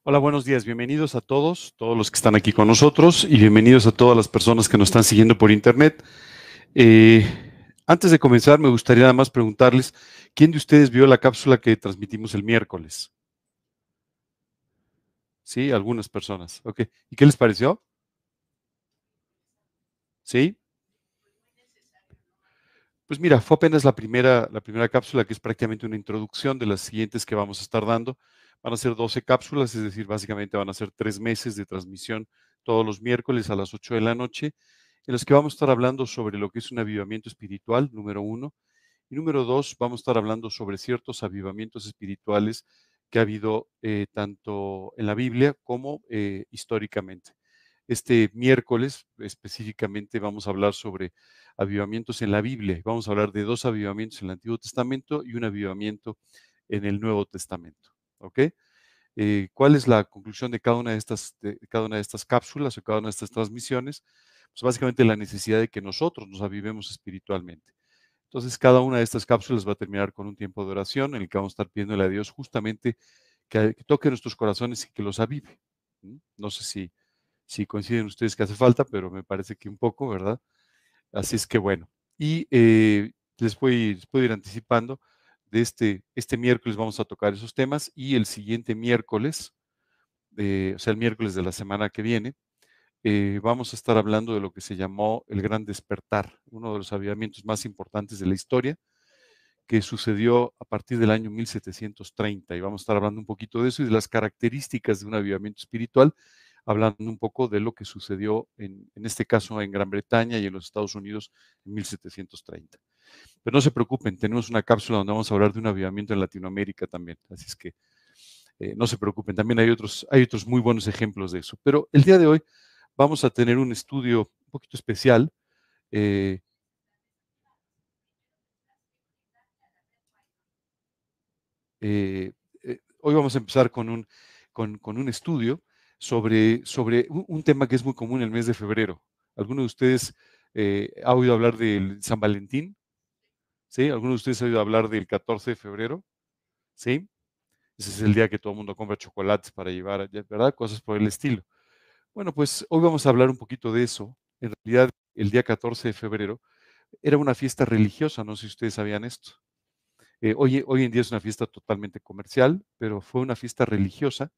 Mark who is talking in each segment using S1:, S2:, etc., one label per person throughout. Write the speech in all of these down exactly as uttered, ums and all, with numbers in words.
S1: Hola, buenos días. Bienvenidos a todos, todos los que están aquí con nosotros y bienvenidos a todas las personas que nos están siguiendo por internet. Eh, antes de comenzar, me gustaría nada más preguntarles, ¿quién de ustedes vio la cápsula que transmitimos el miércoles? Sí, algunas personas. Ok. ¿Y qué les pareció? Sí. Pues mira, fue apenas la primera, la primera cápsula, que es prácticamente una introducción de las siguientes que vamos a estar dando. Van a ser doce cápsulas, es decir, básicamente van a ser tres meses de transmisión todos los miércoles a las ocho de la noche, en los que vamos a estar hablando sobre lo que es un avivamiento espiritual, número uno. Y número dos, vamos a estar hablando sobre ciertos avivamientos espirituales que ha habido eh, tanto en la Biblia como eh, históricamente. Este miércoles específicamente vamos a hablar sobre avivamientos en la Biblia. Vamos a hablar de dos avivamientos en el Antiguo Testamento y un avivamiento en el Nuevo Testamento. ¿Ok? Eh, ¿Cuál es la conclusión de cada una de estas, de cada una de estas cápsulas o cada una de estas transmisiones? Pues básicamente la necesidad de que nosotros nos avivemos espiritualmente. Entonces, cada una de estas cápsulas va a terminar con un tiempo de oración en el que vamos a estar pidiéndole a Dios justamente que, que toque nuestros corazones y que los avive. ¿Mm? No sé si, si coinciden ustedes que hace falta, pero me parece que un poco, ¿verdad? Así es que bueno. Y eh, les, voy, les puedo ir anticipando de este, este miércoles vamos a tocar esos temas y el siguiente miércoles, eh, o sea, el miércoles de la semana que viene, eh, vamos a estar hablando de lo que se llamó el Gran Despertar, uno de los avivamientos más importantes de la historia, que sucedió a partir del año mil setecientos treinta. Y vamos a estar hablando un poquito de eso y de las características de un avivamiento espiritual, hablando un poco de lo que sucedió en, en este caso en Gran Bretaña y en los Estados Unidos en mil setecientos treinta. Pero no se preocupen, tenemos una cápsula donde vamos a hablar de un avivamiento en Latinoamérica también. Así es que eh, no se preocupen, también hay otros, hay otros muy buenos ejemplos de eso. Pero el día de hoy vamos a tener un estudio un poquito especial. Eh, eh, eh, Hoy vamos a empezar con un, con, con un estudio sobre, sobre un, un, tema que es muy común en el mes de febrero. ¿Alguno de ustedes eh, ha oído hablar del San Valentín? ¿Sí? ¿Alguno de ustedes ha oído hablar del catorce de febrero? ¿Sí? Ese es el día que todo el mundo compra chocolates para llevar, ¿verdad? Cosas por el estilo. Bueno, pues hoy vamos a hablar un poquito de eso. En realidad, el día catorce de febrero era una fiesta religiosa, no sé si ustedes sabían esto. Eh, hoy, hoy en día es una fiesta totalmente comercial, pero fue una fiesta religiosa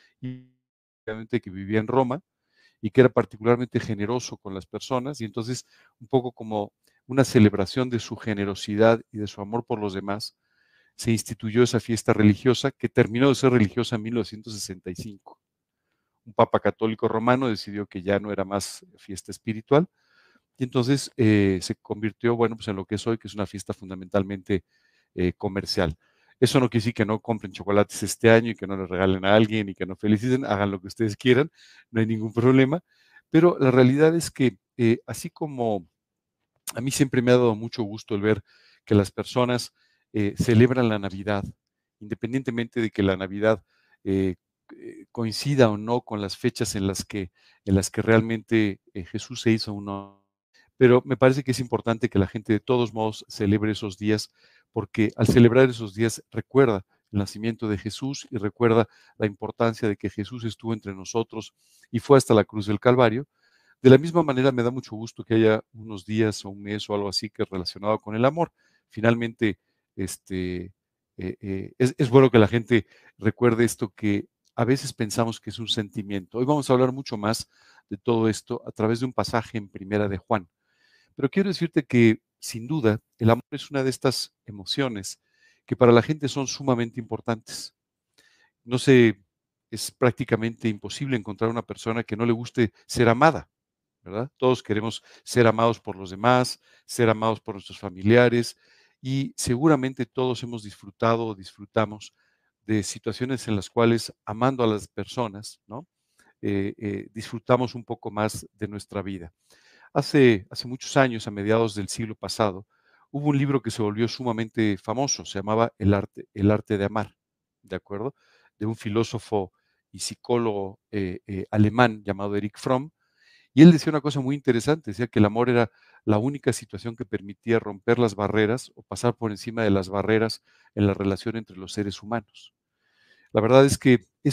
S1: y que vivía en Roma y que era particularmente generoso con las personas y entonces un poco como una celebración de su generosidad y de su amor por los demás, se instituyó esa fiesta religiosa que terminó de ser religiosa en mil novecientos sesenta y cinco. Un papa católico romano decidió que ya no era más fiesta espiritual y entonces eh, se convirtió, bueno, pues en lo que es hoy, que es una fiesta fundamentalmente eh, comercial. Eso no quiere decir que no compren chocolates este año y que no les regalen a alguien y que no feliciten, hagan lo que ustedes quieran, no hay ningún problema, pero la realidad es que eh, así como a mí siempre me ha dado mucho gusto el ver que las personas eh, celebran la Navidad, independientemente de que la Navidad eh, eh, coincida o no con las fechas en las que, en las que realmente eh, Jesús se hizo uno. Pero me parece que es importante que la gente de todos modos celebre esos días, porque al celebrar esos días recuerda el nacimiento de Jesús y recuerda la importancia de que Jesús estuvo entre nosotros y fue hasta la cruz del Calvario. De la misma manera, me da mucho gusto que haya unos días o un mes o algo así que es relacionado con el amor. Finalmente, este, eh, eh, es, es bueno que la gente recuerde esto que a veces pensamos que es un sentimiento. Hoy vamos a hablar mucho más de todo esto a través de un pasaje en Primera de Juan. Pero quiero decirte que, sin duda, el amor es una de estas emociones que para la gente son sumamente importantes. No sé, es prácticamente imposible encontrar una persona que no le guste ser amada, ¿verdad? Todos queremos ser amados por los demás, ser amados por nuestros familiares y seguramente todos hemos disfrutado o disfrutamos de situaciones en las cuales, amando a las personas, ¿no? Eh, eh, disfrutamos un poco más de nuestra vida. Hace, hace muchos años, a mediados del siglo pasado, hubo un libro que se volvió sumamente famoso, se llamaba El arte, El arte de amar, ¿de acuerdo? De un filósofo y psicólogo eh, eh, alemán llamado Erich Fromm, y él decía una cosa muy interesante, decía que el amor era la única situación que permitía romper las barreras o pasar por encima de las barreras en la relación entre los seres humanos. La verdad es que esto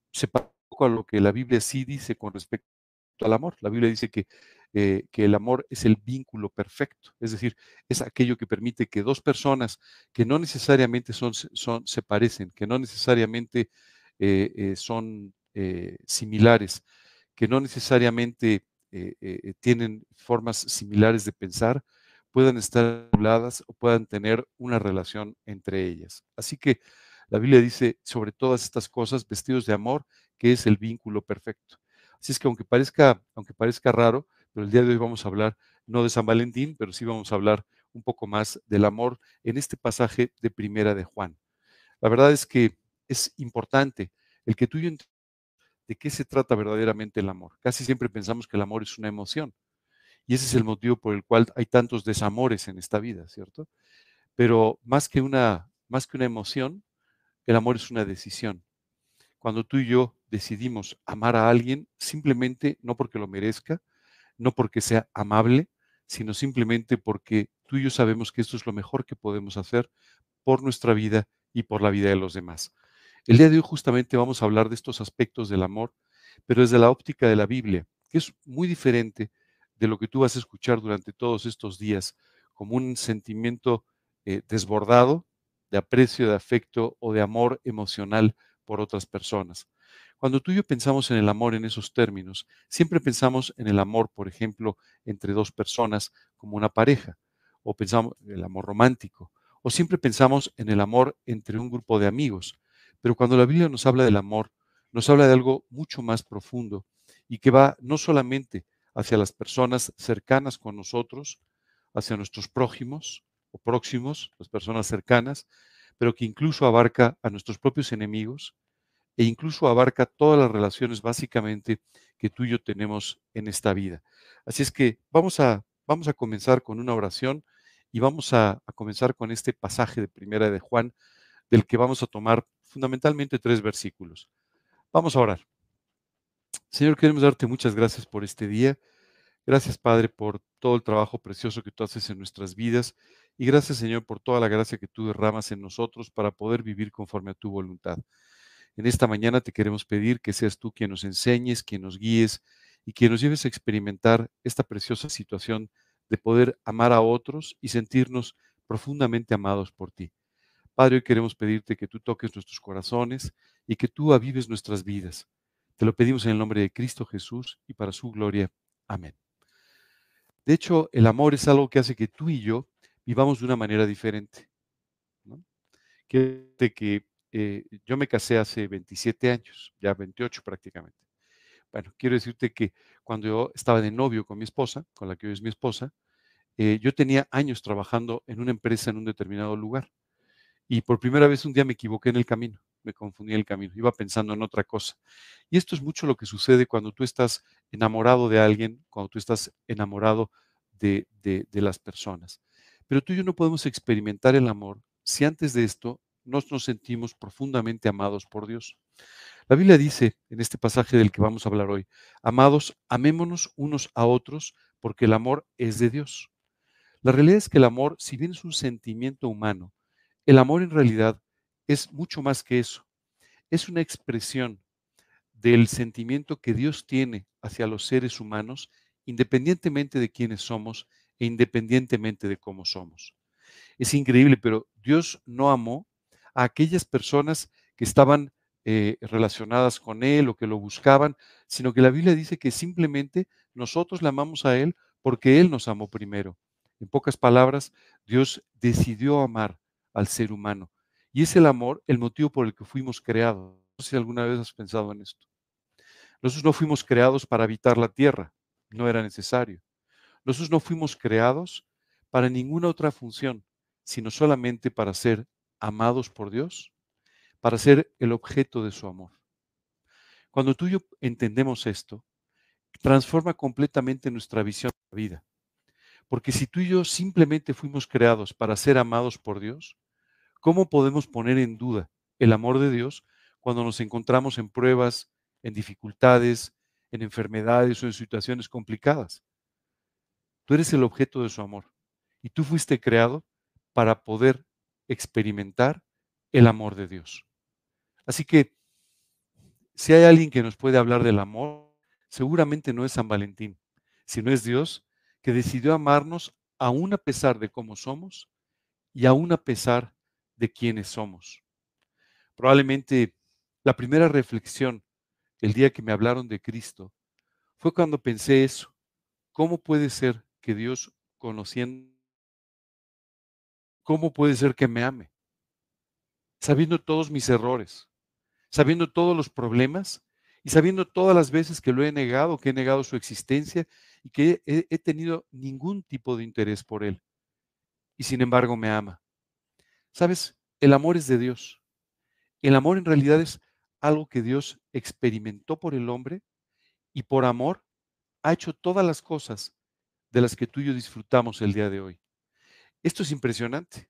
S1: se parece un poco a lo que la Biblia sí dice con respecto al amor. La Biblia dice que, eh, que el amor es el vínculo perfecto, es decir, es aquello que permite que dos personas que no necesariamente son, son, se parecen, que no necesariamente eh, eh, son eh, similares, que no necesariamente eh, eh, tienen formas similares de pensar, puedan estar vinculadas o puedan tener una relación entre ellas. Así que la Biblia dice sobre todas estas cosas, vestidos de amor, que es el vínculo perfecto. Así es que aunque parezca, aunque parezca raro, pero el día de hoy vamos a hablar no de San Valentín, pero sí vamos a hablar un poco más del amor en este pasaje de Primera de Juan. La verdad es que es importante el que tú y yo ent- de qué se trata verdaderamente el amor. Casi siempre pensamos que el amor es una emoción y ese es el motivo por el cual hay tantos desamores en esta vida, ¿cierto? Pero más que una, más que una emoción, el amor es una decisión. Cuando tú y yo decidimos amar a alguien, simplemente no porque lo merezca, no porque sea amable, sino simplemente porque tú y yo sabemos que esto es lo mejor que podemos hacer por nuestra vida y por la vida de los demás. El día de hoy justamente vamos a hablar de estos aspectos del amor, pero desde la óptica de la Biblia, que es muy diferente de lo que tú vas a escuchar durante todos estos días, como un sentimiento eh, desbordado de aprecio, de afecto o de amor emocional por otras personas. Cuando tú y yo pensamos en el amor en esos términos, siempre pensamos en el amor, por ejemplo, entre dos personas como una pareja, o pensamos en el amor romántico, o siempre pensamos en el amor entre un grupo de amigos. Pero cuando la Biblia nos habla del amor, nos habla de algo mucho más profundo y que va no solamente hacia las personas cercanas con nosotros, hacia nuestros prójimos o próximos, las personas cercanas, pero que incluso abarca a nuestros propios enemigos e incluso abarca todas las relaciones básicamente que tú y yo tenemos en esta vida. Así es que vamos a, vamos a comenzar con una oración y vamos a, a comenzar con este pasaje de Primera de Juan, del que vamos a tomar fundamentalmente tres versículos. Vamos a orar. Señor, queremos darte muchas gracias por este día. Gracias, Padre, por todo el trabajo precioso que tú haces en nuestras vidas. Y gracias, Señor, por toda la gracia que tú derramas en nosotros para poder vivir conforme a tu voluntad. En esta mañana te queremos pedir que seas tú quien nos enseñes, quien nos guíes y quien nos lleves a experimentar esta preciosa situación de poder amar a otros y sentirnos profundamente amados por ti. Padre, hoy queremos pedirte que tú toques nuestros corazones y que tú avives nuestras vidas. Te lo pedimos en el nombre de Cristo Jesús y para su gloria. Amén. De hecho, el amor es algo que hace que tú y yo vivamos de una manera diferente, ¿no? Que, que eh, yo me casé hace veintisiete años, ya veintiocho prácticamente. Bueno, quiero decirte que cuando yo estaba de novio con mi esposa, con la que hoy es mi esposa, eh, yo tenía años trabajando en una empresa en un determinado lugar. Y por primera vez un día me equivoqué en el camino, me confundí en el camino, iba pensando en otra cosa. Y esto es mucho lo que sucede cuando tú estás enamorado de alguien, cuando tú estás enamorado de, de, de las personas. Pero tú y yo no podemos experimentar el amor si antes de esto nos, nos sentimos profundamente amados por Dios. La Biblia dice en este pasaje del que vamos a hablar hoy, amados, amémonos unos a otros porque el amor es de Dios. La realidad es que el amor, si bien es un sentimiento humano, el amor en realidad es mucho más que eso. Es una expresión del sentimiento que Dios tiene hacia los seres humanos, independientemente de quiénes somos e independientemente de cómo somos. Es increíble, pero Dios no amó a aquellas personas que estaban eh, relacionadas con Él o que lo buscaban, sino que la Biblia dice que simplemente nosotros le amamos a Él porque Él nos amó primero. En pocas palabras, Dios decidió amar al ser humano. Y es el amor el motivo por el que fuimos creados. No sé si alguna vez has pensado en esto. Nosotros no fuimos creados para habitar la tierra, no era necesario. Nosotros no fuimos creados para ninguna otra función, sino solamente para ser amados por Dios, para ser el objeto de su amor. Cuando tú y yo entendemos esto, transforma completamente nuestra visión de la vida. Porque si tú y yo simplemente fuimos creados para ser amados por Dios, ¿cómo podemos poner en duda el amor de Dios cuando nos encontramos en pruebas, en dificultades, en enfermedades o en situaciones complicadas? Tú eres el objeto de su amor y tú fuiste creado para poder experimentar el amor de Dios. Así que Si hay alguien que nos puede hablar del amor, seguramente no es San Valentín, sino es Dios, que decidió amarnos aún a pesar de cómo somos y aún a pesar de quiénes somos. Probablemente la primera reflexión el día que me hablaron de Cristo fue cuando pensé eso. ¿Cómo puede ser que Dios, conociendo, cómo puede ser que me ame, sabiendo todos mis errores, sabiendo todos los problemas y sabiendo todas las veces que lo he negado, que he negado su existencia y que he, he tenido ningún tipo de interés por él? Y sin embargo me ama. ¿Sabes? El amor es de Dios. El amor en realidad es algo que Dios experimentó por el hombre y por amor ha hecho todas las cosas de las que tú y yo disfrutamos el día de hoy. Esto es impresionante.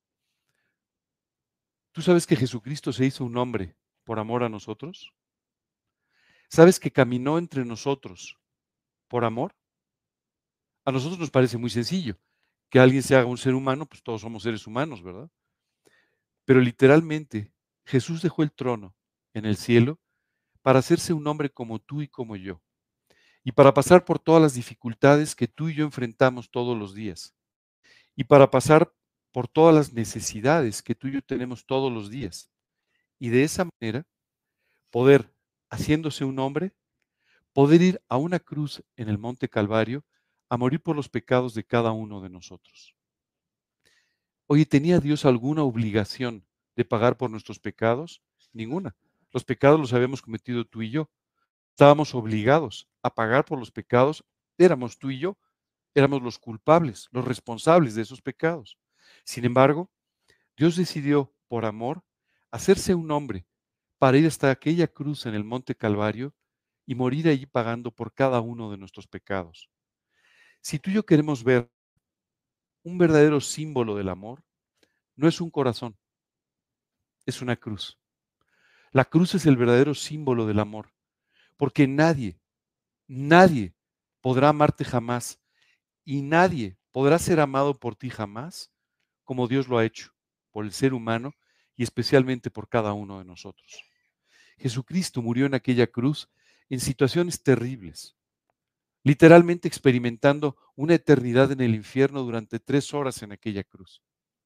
S1: ¿Tú sabes que Jesucristo se hizo un hombre por amor a nosotros? ¿Sabes que caminó entre nosotros por amor? A nosotros nos parece muy sencillo. Que alguien se haga un ser humano, pues todos somos seres humanos, ¿verdad? Pero literalmente Jesús dejó el trono en el cielo para hacerse un hombre como tú y como yo, y para pasar por todas las dificultades que tú y yo enfrentamos todos los días, y para pasar por todas las necesidades que tú y yo tenemos todos los días. Y de esa manera poder, haciéndose un hombre, poder ir a una cruz en el Monte Calvario a morir por los pecados de cada uno de nosotros. Oye, ¿tenía Dios alguna obligación de pagar por nuestros pecados? Ninguna. Los pecados los habíamos cometido tú y yo. Estábamos obligados a pagar por los pecados. Éramos tú y yo. Éramos los culpables, los responsables de esos pecados. Sin embargo, Dios decidió, por amor, hacerse un hombre para ir hasta aquella cruz en el Monte Calvario y morir allí pagando por cada uno de nuestros pecados. Si tú y yo queremos ver un verdadero símbolo del amor, no es un corazón, es una cruz. La cruz es el verdadero símbolo del amor, porque nadie, nadie podrá amarte jamás y nadie podrá ser amado por ti jamás como Dios lo ha hecho por el ser humano y especialmente por cada uno de nosotros. Jesucristo murió en aquella cruz en situaciones terribles, literalmente experimentando una eternidad en el infierno durante tres horas en aquella cruz.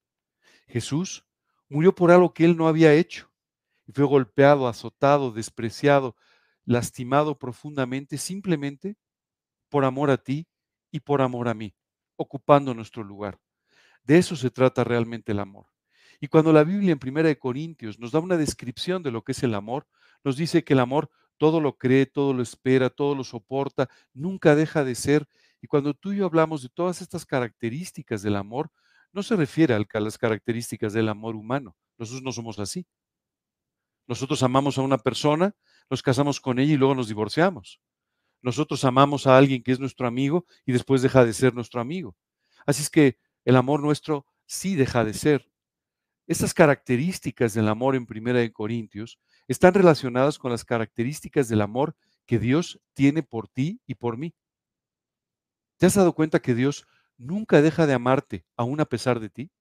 S1: Jesús murió por algo que él no había hecho y fue golpeado, azotado, despreciado, lastimado profundamente, simplemente por amor a ti y por amor a mí, ocupando nuestro lugar. De eso se trata realmente el amor. Y cuando la Biblia en Primera de Corintios nos da una descripción de lo que es el amor, nos dice que el amor todo lo cree, todo lo espera, todo lo soporta, nunca deja de ser. Y cuando tú y yo hablamos de todas estas características del amor, no se refiere a las características del amor humano. Nosotros no somos así. Nosotros amamos a una persona, nos casamos con ella y luego nos divorciamos. Nosotros amamos a alguien que es nuestro amigo y después deja de ser nuestro amigo. Así es que el amor nuestro sí deja de ser. Estas características del amor en Primera de Corintios están relacionadas con las características del amor que Dios tiene por ti y por mí. ¿Te has dado cuenta que Dios nunca deja de amarte aún a pesar de ti?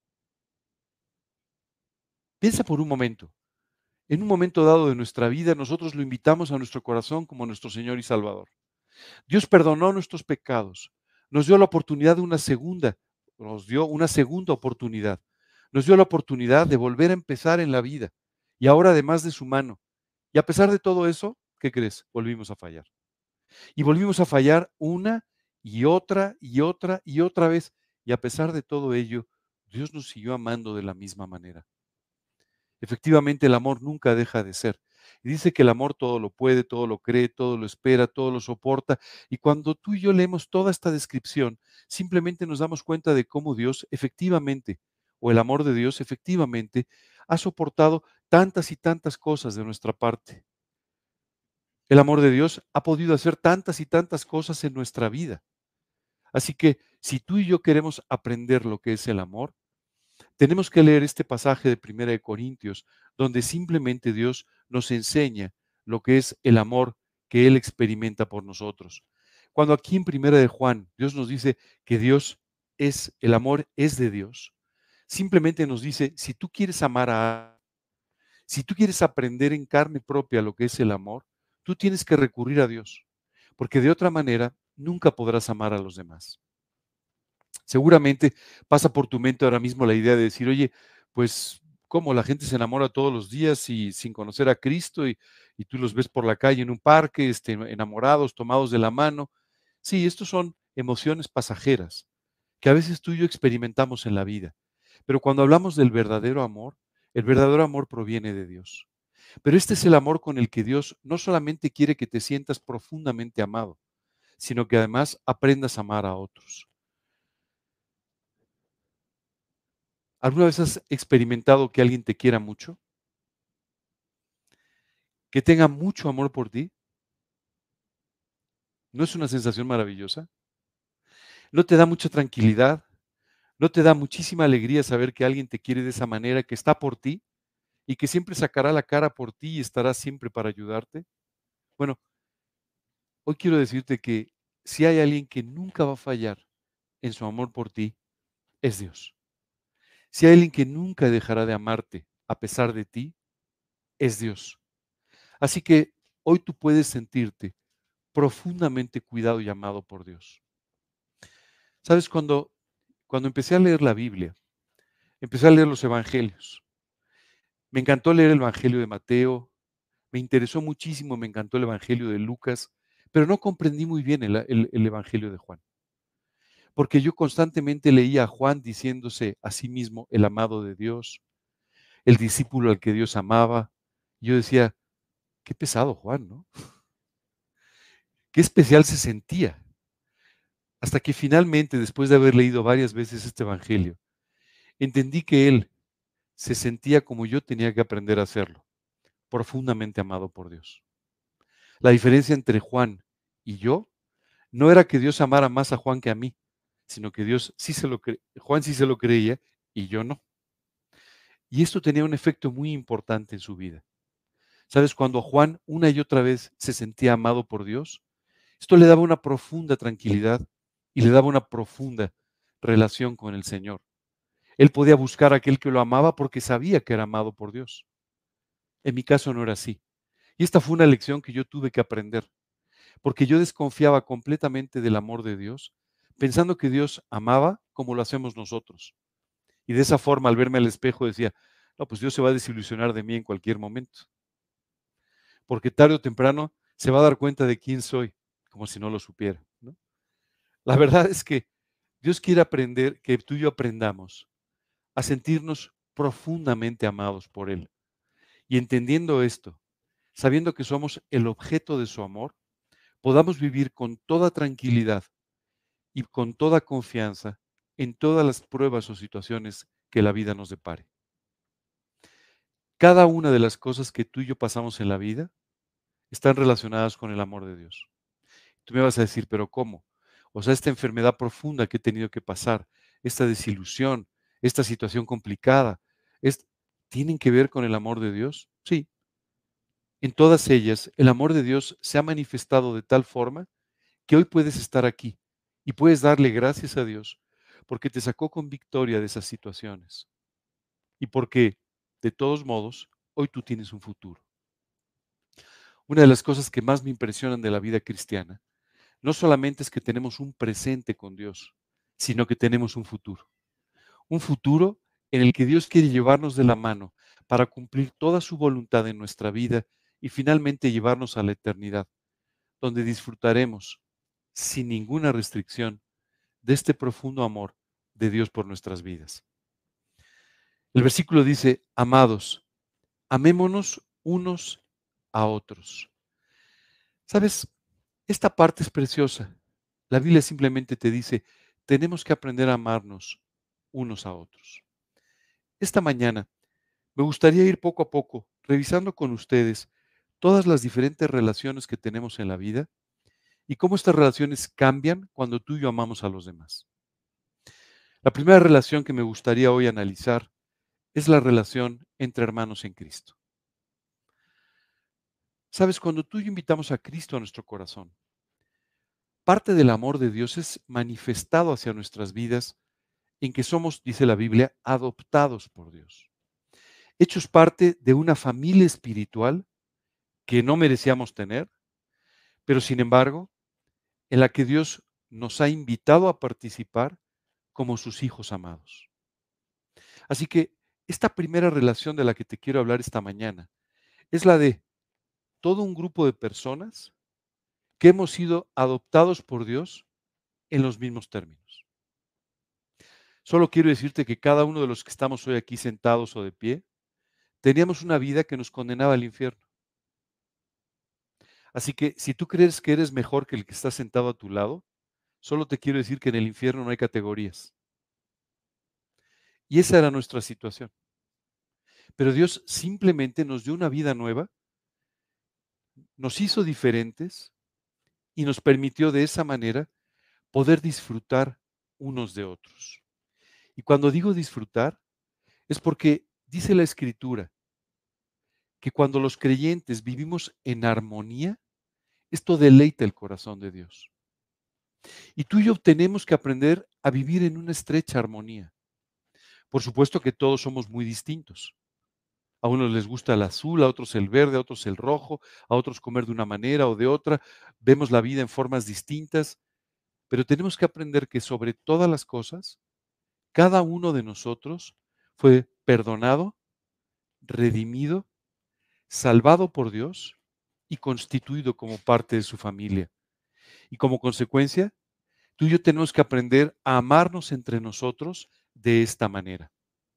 S1: Piensa por un momento. En un momento dado de nuestra vida, nosotros lo invitamos a nuestro corazón como nuestro Señor y Salvador. Dios perdonó nuestros pecados, nos dio la oportunidad de una segunda, nos dio una segunda oportunidad, nos dio la oportunidad de volver a empezar en la vida y ahora además de su mano. Y a pesar de todo eso, ¿qué crees? Volvimos a fallar. Y volvimos a fallar una y otra y otra y otra vez. Y a pesar de todo ello, Dios nos siguió amando de la misma manera. Efectivamente, el amor nunca deja de ser. Y dice que el amor todo lo puede, todo lo cree, todo lo espera, todo lo soporta. Y cuando tú y yo leemos toda esta descripción, simplemente nos damos cuenta de cómo Dios efectivamente, o el amor de Dios efectivamente, ha soportado tantas y tantas cosas de nuestra parte. El amor de Dios ha podido hacer tantas y tantas cosas en nuestra vida. Así que si tú y yo queremos aprender lo que es el amor, tenemos que leer este pasaje de Primera de Corintios, donde simplemente Dios nos enseña lo que es el amor que Él experimenta por nosotros. Cuando aquí en Primera de Juan, Dios nos dice que Dios es, el amor es de Dios, simplemente nos dice, si tú quieres amar a, si tú quieres aprender en carne propia lo que es el amor, tú tienes que recurrir a Dios, porque de otra manera nunca podrás amar a los demás. Seguramente pasa por tu mente ahora mismo la idea de decir, oye, pues, ¿cómo la gente se enamora todos los días y sin conocer a Cristo y, y tú los ves por la calle en un parque, este, enamorados, tomados de la mano? Sí, estos son emociones pasajeras que a veces tú y yo experimentamos en la vida. Pero cuando hablamos del verdadero amor, el verdadero amor proviene de Dios. Pero este es el amor con el que Dios no solamente quiere que te sientas profundamente amado, sino que además aprendas a amar a otros. ¿Alguna vez has experimentado que alguien te quiera mucho? ¿Que tenga mucho amor por ti? ¿No es una sensación maravillosa? ¿No te da mucha tranquilidad? ¿No te da muchísima alegría saber que alguien te quiere de esa manera, que está por ti y que siempre sacará la cara por ti y estará siempre para ayudarte? Bueno, hoy quiero decirte que si hay alguien que nunca va a fallar en su amor por ti, es Dios. Si hay alguien que nunca dejará de amarte a pesar de ti, es Dios. Así que hoy tú puedes sentirte profundamente cuidado y amado por Dios. ¿Sabes? Cuando, cuando empecé a leer la Biblia, empecé a leer los evangelios. Me encantó leer el Evangelio de Mateo, me interesó muchísimo, me encantó el Evangelio de Lucas, pero no comprendí muy bien el, el- el Evangelio de Juan, porque yo constantemente leía a Juan diciéndose a sí mismo el amado de Dios, el discípulo al que Dios amaba. Y yo decía, qué pesado Juan, ¿no? Qué especial se sentía. Hasta que finalmente, después de haber leído varias veces este Evangelio, entendí que él se sentía como yo tenía que aprender a hacerlo, profundamente amado por Dios. La diferencia entre Juan y yo no era que Dios amara más a Juan que a mí, sino que Dios sí se lo cre- Juan sí se lo creía y yo no. Y esto tenía un efecto muy importante en su vida. ¿Sabes? Cuando Juan una y otra vez se sentía amado por Dios, esto le daba una profunda tranquilidad y le daba una profunda relación con el Señor. Él podía buscar a aquel que lo amaba porque sabía que era amado por Dios. En mi caso no era así. Y esta fue una lección que yo tuve que aprender, porque yo desconfiaba completamente del amor de Dios, pensando que Dios amaba como lo hacemos nosotros. Y de esa forma, al verme al espejo, decía, no, pues Dios se va a desilusionar de mí en cualquier momento, porque tarde o temprano se va a dar cuenta de quién soy, como si no lo supiera, ¿no? La verdad es que Dios quiere aprender, que tú y yo aprendamos a sentirnos profundamente amados por Él. Y entendiendo esto, sabiendo que somos el objeto de su amor, podamos vivir con toda tranquilidad y con toda confianza en todas las pruebas o situaciones que la vida nos depare. Cada una de las cosas que tú y yo pasamos en la vida están relacionadas con el amor de Dios. Tú me vas a decir, pero ¿cómo? O sea, esta enfermedad profunda que he tenido que pasar, esta desilusión, esta situación complicada, es, ¿tienen que ver con el amor de Dios? Sí. En todas ellas, el amor de Dios se ha manifestado de tal forma que hoy puedes estar aquí y puedes darle gracias a Dios porque te sacó con victoria de esas situaciones y porque, de todos modos, hoy tú tienes un futuro. Una de las cosas que más me impresionan de la vida cristiana no solamente es que tenemos un presente con Dios, sino que tenemos un futuro. Un futuro en el que Dios quiere llevarnos de la mano para cumplir toda su voluntad en nuestra vida y finalmente llevarnos a la eternidad, donde disfrutaremos sin ninguna restricción de este profundo amor de Dios por nuestras vidas. El versículo dice, amados, amémonos unos a otros. ¿Sabes? Esta parte es preciosa. La Biblia simplemente te dice, tenemos que aprender a amarnos unos a otros. Esta mañana me gustaría ir poco a poco, revisando con ustedes todas las diferentes relaciones que tenemos en la vida y cómo estas relaciones cambian cuando tú y yo amamos a los demás. La primera relación que me gustaría hoy analizar es la relación entre hermanos en Cristo. Sabes, cuando tú y yo invitamos a Cristo a nuestro corazón, parte del amor de Dios es manifestado hacia nuestras vidas en que somos, dice la Biblia, adoptados por Dios, hechos parte de una familia espiritual que no merecíamos tener, pero sin embargo, en la que Dios nos ha invitado a participar como sus hijos amados. Así que esta primera relación de la que te quiero hablar esta mañana es la de todo un grupo de personas que hemos sido adoptados por Dios en los mismos términos. Solo quiero decirte que cada uno de los que estamos hoy aquí sentados o de pie, teníamos una vida que nos condenaba al infierno. Así que si tú crees que eres mejor que el que está sentado a tu lado, solo te quiero decir que en el infierno no hay categorías. Y esa era nuestra situación. Pero Dios simplemente nos dio una vida nueva, nos hizo diferentes y nos permitió de esa manera poder disfrutar unos de otros. Y cuando digo disfrutar, es porque dice la Escritura que cuando los creyentes vivimos en armonía, esto deleita el corazón de Dios. Y tú y yo tenemos que aprender a vivir en una estrecha armonía. Por supuesto que todos somos muy distintos. A unos les gusta el azul, a otros el verde, a otros el rojo, a otros comer de una manera o de otra. Vemos la vida en formas distintas, pero tenemos que aprender que sobre todas las cosas, cada uno de nosotros fue perdonado, redimido, salvado por Dios y constituido como parte de su familia. Y como consecuencia, tú y yo tenemos que aprender a amarnos entre nosotros de esta manera.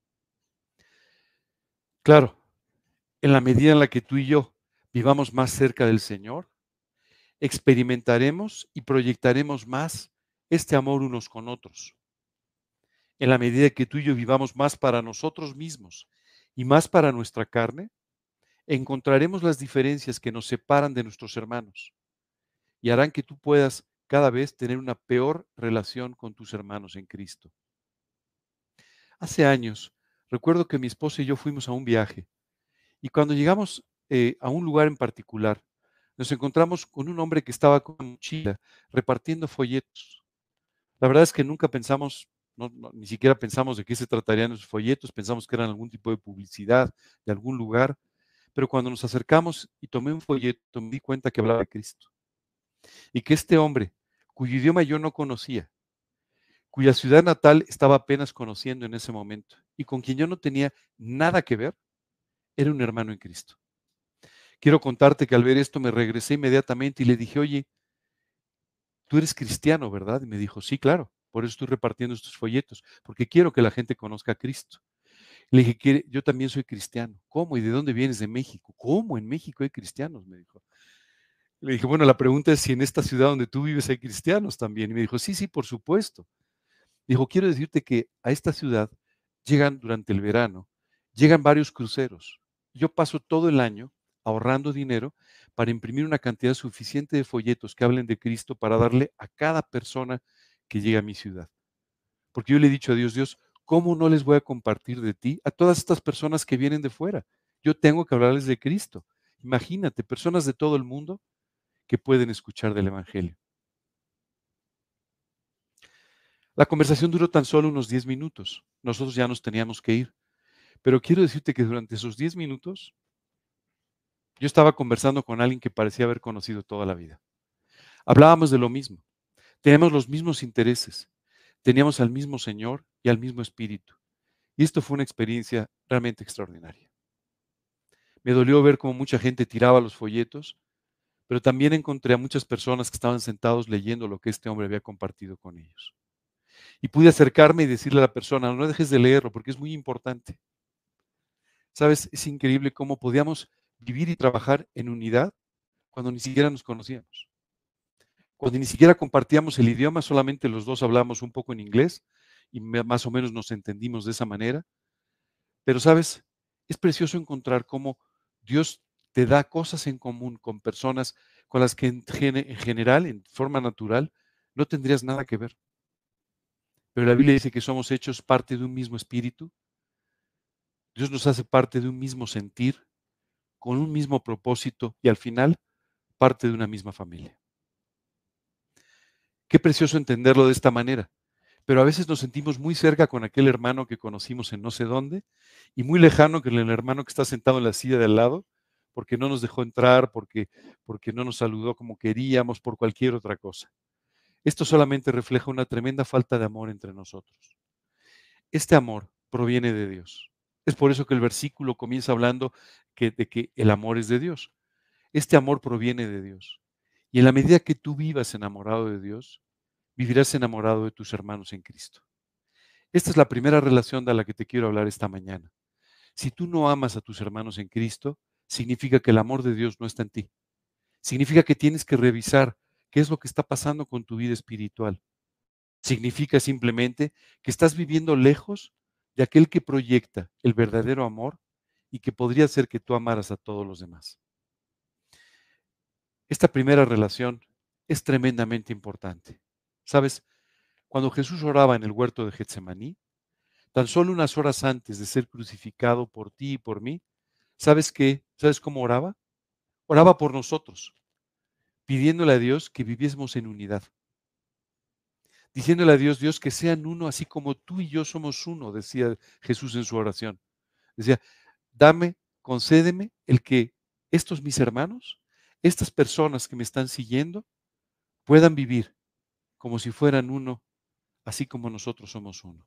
S1: Claro, en la medida en la que tú y yo vivamos más cerca del Señor, experimentaremos y proyectaremos más este amor unos con otros. En la medida que tú y yo vivamos más para nosotros mismos y más para nuestra carne, encontraremos las diferencias que nos separan de nuestros hermanos y harán que tú puedas cada vez tener una peor relación con tus hermanos en Cristo. Hace años, recuerdo que mi esposa y yo fuimos a un viaje y cuando llegamos eh, a un lugar en particular, nos encontramos con un hombre que estaba con una mochila repartiendo folletos. La verdad es que nunca pensamos, no, no, ni siquiera pensamos de qué se tratarían esos folletos, pensamos que eran algún tipo de publicidad de algún lugar, pero cuando nos acercamos y tomé un folleto, me di cuenta que hablaba de Cristo. Y que este hombre, cuyo idioma yo no conocía, cuya ciudad natal estaba apenas conociendo en ese momento y con quien yo no tenía nada que ver, era un hermano en Cristo. Quiero contarte que al ver esto me regresé inmediatamente y le dije, oye, tú eres cristiano, ¿verdad? Y me dijo, sí, claro, por eso estoy repartiendo estos folletos, porque quiero que la gente conozca a Cristo. Le dije, "¿Quiere- yo también soy cristiano. ¿Cómo? ¿Y de dónde vienes? De México. ¿Cómo? En México hay cristianos, me dijo. Le dije, bueno, la pregunta es si en esta ciudad donde tú vives hay cristianos también. Y me dijo, sí, sí, por supuesto. Dijo, quiero decirte que a esta ciudad llegan durante el verano, llegan varios cruceros. Yo paso todo el año ahorrando dinero para imprimir una cantidad suficiente de folletos que hablen de Cristo para darle a cada persona que llega a mi ciudad. Porque yo le he dicho a Dios, Dios, ¿cómo no les voy a compartir de ti a todas estas personas que vienen de fuera? Yo tengo que hablarles de Cristo. Imagínate, personas de todo el mundo que pueden escuchar del Evangelio. La conversación duró tan solo unos diez minutos. Nosotros ya nos teníamos que ir. Pero quiero decirte que durante esos diez minutos yo estaba conversando con alguien que parecía haber conocido toda la vida. Hablábamos de lo mismo. Teníamos los mismos intereses. Teníamos al mismo Señor y al mismo Espíritu. Y esto fue una experiencia realmente extraordinaria. Me dolió ver cómo mucha gente tiraba los folletos, pero también encontré a muchas personas que estaban sentados leyendo lo que este hombre había compartido con ellos. Y pude acercarme y decirle a la persona, no dejes de leerlo porque es muy importante. ¿Sabes? Es increíble cómo podíamos vivir y trabajar en unidad cuando ni siquiera nos conocíamos. Cuando ni siquiera compartíamos el idioma, solamente los dos hablamos un poco en inglés y más o menos nos entendimos de esa manera. Pero, ¿sabes? Es precioso encontrar cómo Dios te da cosas en común con personas con las que en, gene- en general, en forma natural, no tendrías nada que ver. Pero la Biblia dice que somos hechos parte de un mismo espíritu. Dios nos hace parte de un mismo sentir, con un mismo propósito y al final parte de una misma familia. Qué precioso entenderlo de esta manera. Pero a veces nos sentimos muy cerca con aquel hermano que conocimos en no sé dónde y muy lejano con el hermano que está sentado en la silla de al lado porque no nos dejó entrar, porque, porque no nos saludó como queríamos, por cualquier otra cosa. Esto solamente refleja una tremenda falta de amor entre nosotros. Este amor proviene de Dios. Es por eso que el versículo comienza hablando que, de que el amor es de Dios. Este amor proviene de Dios. Y en la medida que tú vivas enamorado de Dios, vivirás enamorado de tus hermanos en Cristo. Esta es la primera relación de la que te quiero hablar esta mañana. Si tú no amas a tus hermanos en Cristo, significa que el amor de Dios no está en ti. Significa que tienes que revisar qué es lo que está pasando con tu vida espiritual. Significa simplemente que estás viviendo lejos de aquel que proyecta el verdadero amor y que podría hacer que tú amaras a todos los demás. Esta primera relación es tremendamente importante. ¿Sabes? Cuando Jesús oraba en el huerto de Getsemaní, tan solo unas horas antes de ser crucificado por ti y por mí, ¿sabes qué? ¿Sabes cómo oraba? Oraba por nosotros, pidiéndole a Dios que viviésemos en unidad, diciéndole a Dios, Dios, que sean uno así como tú y yo somos uno, decía Jesús en su oración. Decía, dame, concédeme el que estos mis hermanos, estas personas que me están siguiendo, puedan vivir como si fueran uno, así como nosotros somos uno.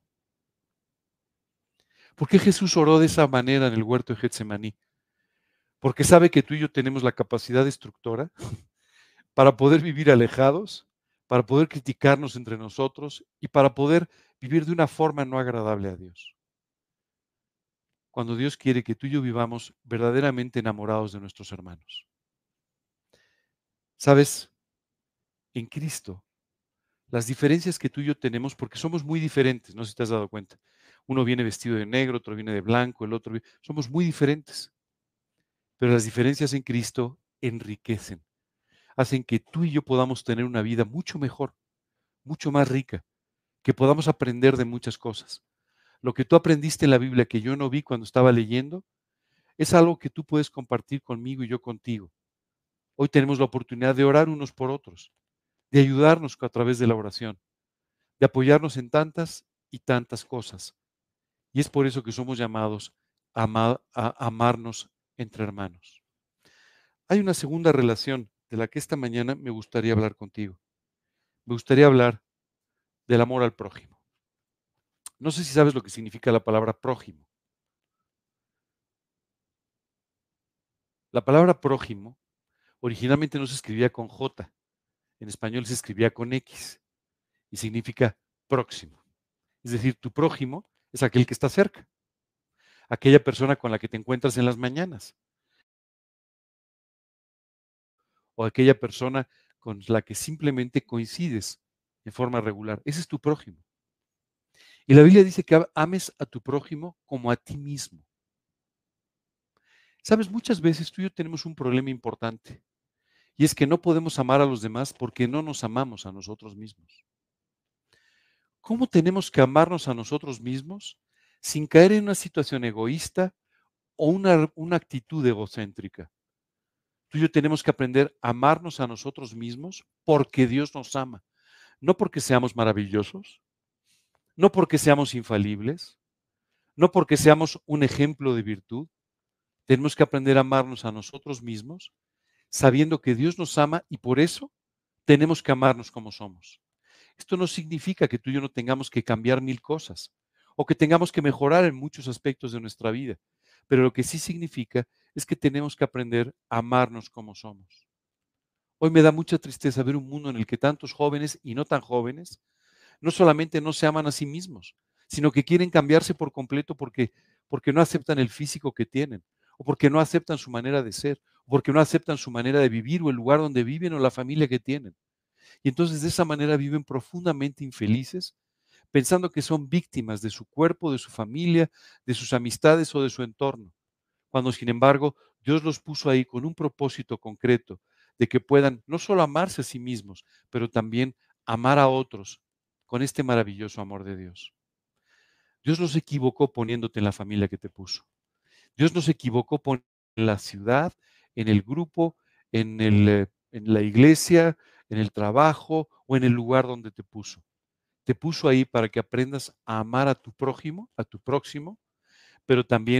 S1: ¿Por qué Jesús oró de esa manera en el huerto de Getsemaní? Porque sabe que tú y yo tenemos la capacidad destructora para poder vivir alejados, para poder criticarnos entre nosotros y para poder vivir de una forma no agradable a Dios. Cuando Dios quiere que tú y yo vivamos verdaderamente enamorados de nuestros hermanos. ¿Sabes? En Cristo, las diferencias que tú y yo tenemos, porque somos muy diferentes, no sé si te has dado cuenta. Uno viene vestido de negro, otro viene de blanco, el otro viene... Somos muy diferentes. Pero las diferencias en Cristo enriquecen, hacen que tú y yo podamos tener una vida mucho mejor, mucho más rica, que podamos aprender de muchas cosas. Lo que tú aprendiste en la Biblia que yo no vi cuando estaba leyendo, es algo que tú puedes compartir conmigo y yo contigo. Hoy tenemos la oportunidad de orar unos por otros, de ayudarnos a través de la oración, de apoyarnos en tantas y tantas cosas. Y es por eso que somos llamados a, ama- a amarnos entre hermanos. Hay una segunda relación de la que esta mañana me gustaría hablar contigo. Me gustaría hablar del amor al prójimo. No sé si sabes lo que significa la palabra prójimo. La palabra prójimo originalmente no se escribía con J, en español se escribía con X y significa próximo. Es decir, tu prójimo es aquel que está cerca, aquella persona con la que te encuentras en las mañanas o aquella persona con la que simplemente coincides en forma regular. Ese es tu prójimo. Y la Biblia dice que ames a tu prójimo como a ti mismo. Sabes, muchas veces tú y yo tenemos un problema importante y es que no podemos amar a los demás porque no nos amamos a nosotros mismos. ¿Cómo tenemos que amarnos a nosotros mismos sin caer en una situación egoísta o una, una actitud egocéntrica? Tú y yo tenemos que aprender a amarnos a nosotros mismos porque Dios nos ama, no porque seamos maravillosos, no porque seamos infalibles, no porque seamos un ejemplo de virtud. Tenemos que aprender a amarnos a nosotros mismos, sabiendo que Dios nos ama y por eso tenemos que amarnos como somos. Esto no significa que tú y yo no tengamos que cambiar mil cosas o que tengamos que mejorar en muchos aspectos de nuestra vida, pero lo que sí significa es que tenemos que aprender a amarnos como somos. Hoy me da mucha tristeza ver un mundo en el que tantos jóvenes y no tan jóvenes no solamente no se aman a sí mismos, sino que quieren cambiarse por completo porque, porque no aceptan el físico que tienen, o porque no aceptan su manera de ser, o porque no aceptan su manera de vivir, o el lugar donde viven, o la familia que tienen. Y entonces de esa manera viven profundamente infelices, pensando que son víctimas de su cuerpo, de su familia, de sus amistades o de su entorno, cuando sin embargo Dios los puso ahí con un propósito concreto de que puedan no solo amarse a sí mismos, pero también amar a otros con este maravilloso amor de Dios. Dios no se equivocó poniéndote en la familia que te puso. Dios no se equivocó poniéndote en la ciudad, en el grupo, en, el, eh, en la iglesia, en el trabajo o en el lugar donde te puso. Te puso ahí para que aprendas a amar a tu prójimo, a tu próximo, pero también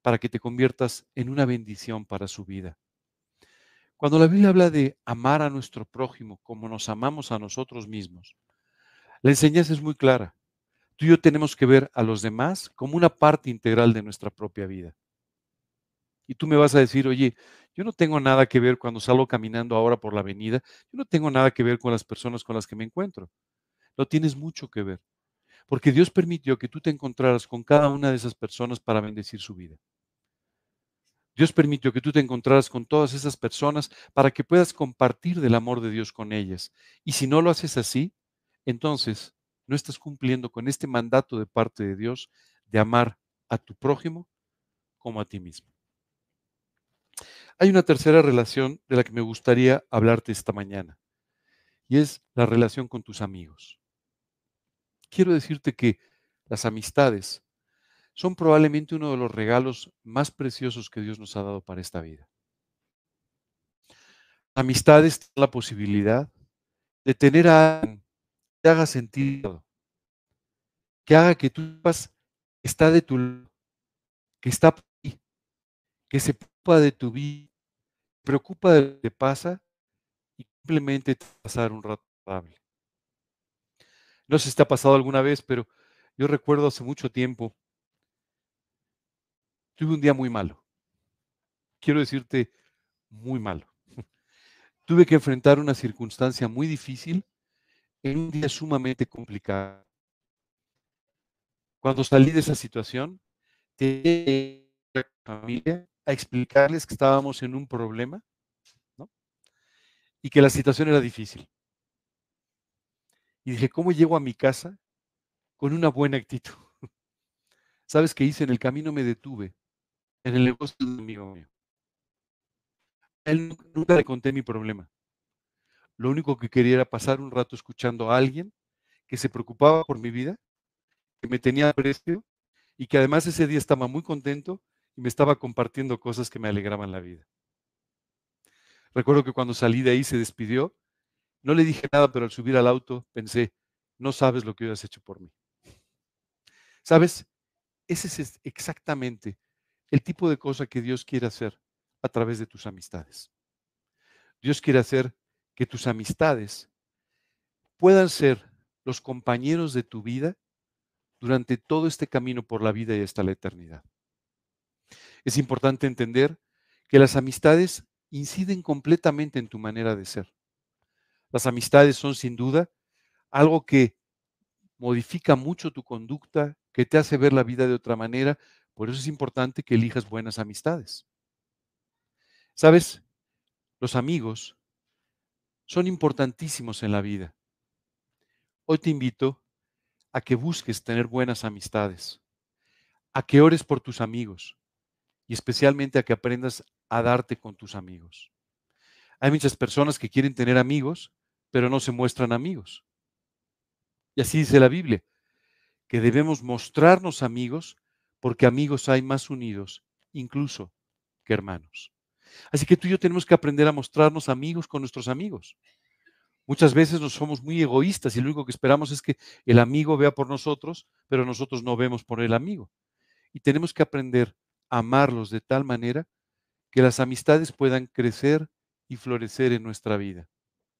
S1: para que te conviertas en una bendición para su vida. Cuando la Biblia habla de amar a nuestro prójimo como nos amamos a nosotros mismos, la enseñanza es muy clara. Tú y yo tenemos que ver a los demás como una parte integral de nuestra propia vida. Y tú me vas a decir, oye, yo no tengo nada que ver cuando salgo caminando ahora por la avenida, yo no tengo nada que ver con las personas con las que me encuentro. No tienes mucho que ver, porque Dios permitió que tú te encontraras con cada una de esas personas para bendecir su vida. Dios permitió que tú te encontraras con todas esas personas para que puedas compartir del amor de Dios con ellas. Y si no lo haces así, entonces no estás cumpliendo con este mandato de parte de Dios de amar a tu prójimo como a ti mismo. Hay una tercera relación de la que me gustaría hablarte esta mañana, y es la relación con tus amigos. Quiero decirte que las amistades son probablemente uno de los regalos más preciosos que Dios nos ha dado para esta vida. Amistades tienen la posibilidad de tener a alguien que te haga sentido, que haga que tú sepas que está de tu lado, que está por ti, que se preocupa de tu vida, se preocupa de lo que te pasa y simplemente te va a pasar un rato agradable. No sé si te ha pasado alguna vez, pero yo recuerdo hace mucho tiempo, tuve un día muy malo. Quiero decirte, muy malo. Tuve que enfrentar una circunstancia muy difícil en un día sumamente complicado. Cuando salí de esa situación, te a mi familia a explicarles que estábamos en un problema, ¿no? Y que la situación era difícil. Y dije, ¿cómo llego a mi casa con una buena actitud? ¿Sabes qué hice? En el camino me detuve en el negocio de un amigo mío. A él nu- nunca le conté mi problema. Lo único que quería era pasar un rato escuchando a alguien que se preocupaba por mi vida, que me tenía aprecio y que además ese día estaba muy contento y me estaba compartiendo cosas que me alegraban la vida. Recuerdo que cuando salí de ahí se despidió. No le dije nada, pero al subir al auto pensé, no sabes lo que hoy has hecho por mí. ¿Sabes? Ese es exactamente el tipo de cosa que Dios quiere hacer a través de tus amistades. Dios quiere hacer que tus amistades puedan ser los compañeros de tu vida durante todo este camino por la vida y hasta la eternidad. Es importante entender que las amistades inciden completamente en tu manera de ser. Las amistades son sin duda algo que modifica mucho tu conducta, que te hace ver la vida de otra manera. Por eso es importante que elijas buenas amistades. ¿Sabes? Los amigos son importantísimos en la vida. Hoy te invito a que busques tener buenas amistades, a que ores por tus amigos y especialmente a que aprendas a darte con tus amigos. Hay muchas personas que quieren tener amigos, pero no se muestran amigos. Y así dice la Biblia, que debemos mostrarnos amigos porque amigos hay más unidos, incluso que hermanos. Así que tú y yo tenemos que aprender a mostrarnos amigos con nuestros amigos. Muchas veces nos somos muy egoístas y lo único que esperamos es que el amigo vea por nosotros, pero nosotros no vemos por el amigo. Y tenemos que aprender a amarlos de tal manera que las amistades puedan crecer y florecer en nuestra vida.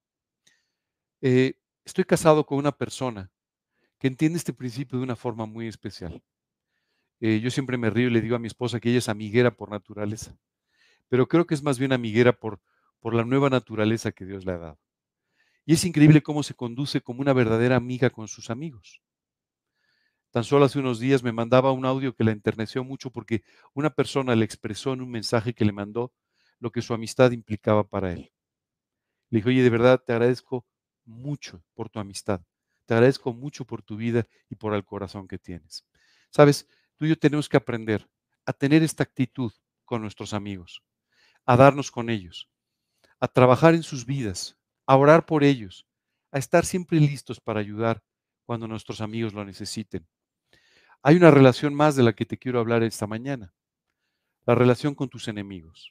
S1: Eh, estoy casado con una persona que entiende este principio de una forma muy especial. Eh, yo siempre me río y le digo a mi esposa que ella es amiguera por naturaleza, pero creo que es más bien amiguera por, por la nueva naturaleza que Dios le ha dado. Y es increíble cómo se conduce como una verdadera amiga con sus amigos. Tan solo hace unos días me mandaba un audio que la enterneció mucho porque una persona le expresó en un mensaje que le mandó lo que su amistad implicaba para él. Le dije, oye, de verdad te agradezco mucho por tu amistad. Te agradezco mucho por tu vida y por el corazón que tienes. Sabes, tú y yo tenemos que aprender a tener esta actitud con nuestros amigos, a darnos con ellos, a trabajar en sus vidas, a orar por ellos, a estar siempre listos para ayudar cuando nuestros amigos lo necesiten. Hay una relación más de la que te quiero hablar esta mañana, la relación con tus enemigos.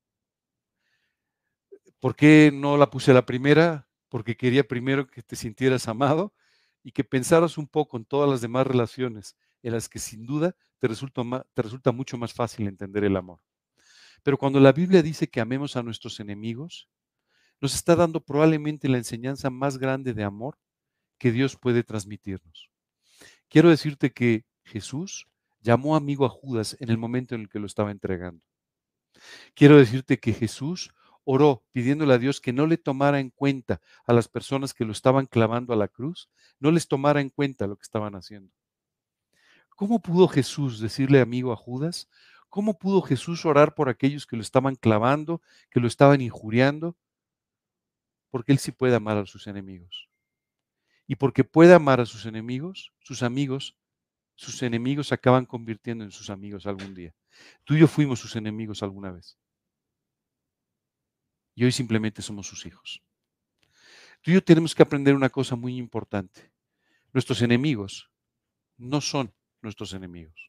S1: ¿Por qué no la puse a la primera? Porque quería primero que te sintieras amado y que pensaras un poco en todas las demás relaciones en las que sin duda te resulta, ma- te resulta mucho más fácil entender el amor. Pero cuando la Biblia dice que amemos a nuestros enemigos, nos está dando probablemente la enseñanza más grande de amor que Dios puede transmitirnos. Quiero decirte que Jesús llamó amigo a Judas en el momento en el que lo estaba entregando. Quiero decirte que Jesús oró pidiéndole a Dios que no le tomara en cuenta a las personas que lo estaban clavando a la cruz, no les tomara en cuenta lo que estaban haciendo. ¿Cómo pudo Jesús decirle amigo a Judas? ¿Cómo pudo Jesús orar por aquellos que lo estaban clavando, que lo estaban injuriando? Porque Él sí puede amar a sus enemigos. Y porque puede amar a sus enemigos, sus amigos, sus enemigos se acaban convirtiendo en sus amigos algún día. Tú y yo fuimos sus enemigos alguna vez. Y hoy simplemente somos sus hijos. Tú y yo tenemos que aprender una cosa muy importante. Nuestros enemigos no son nuestros enemigos.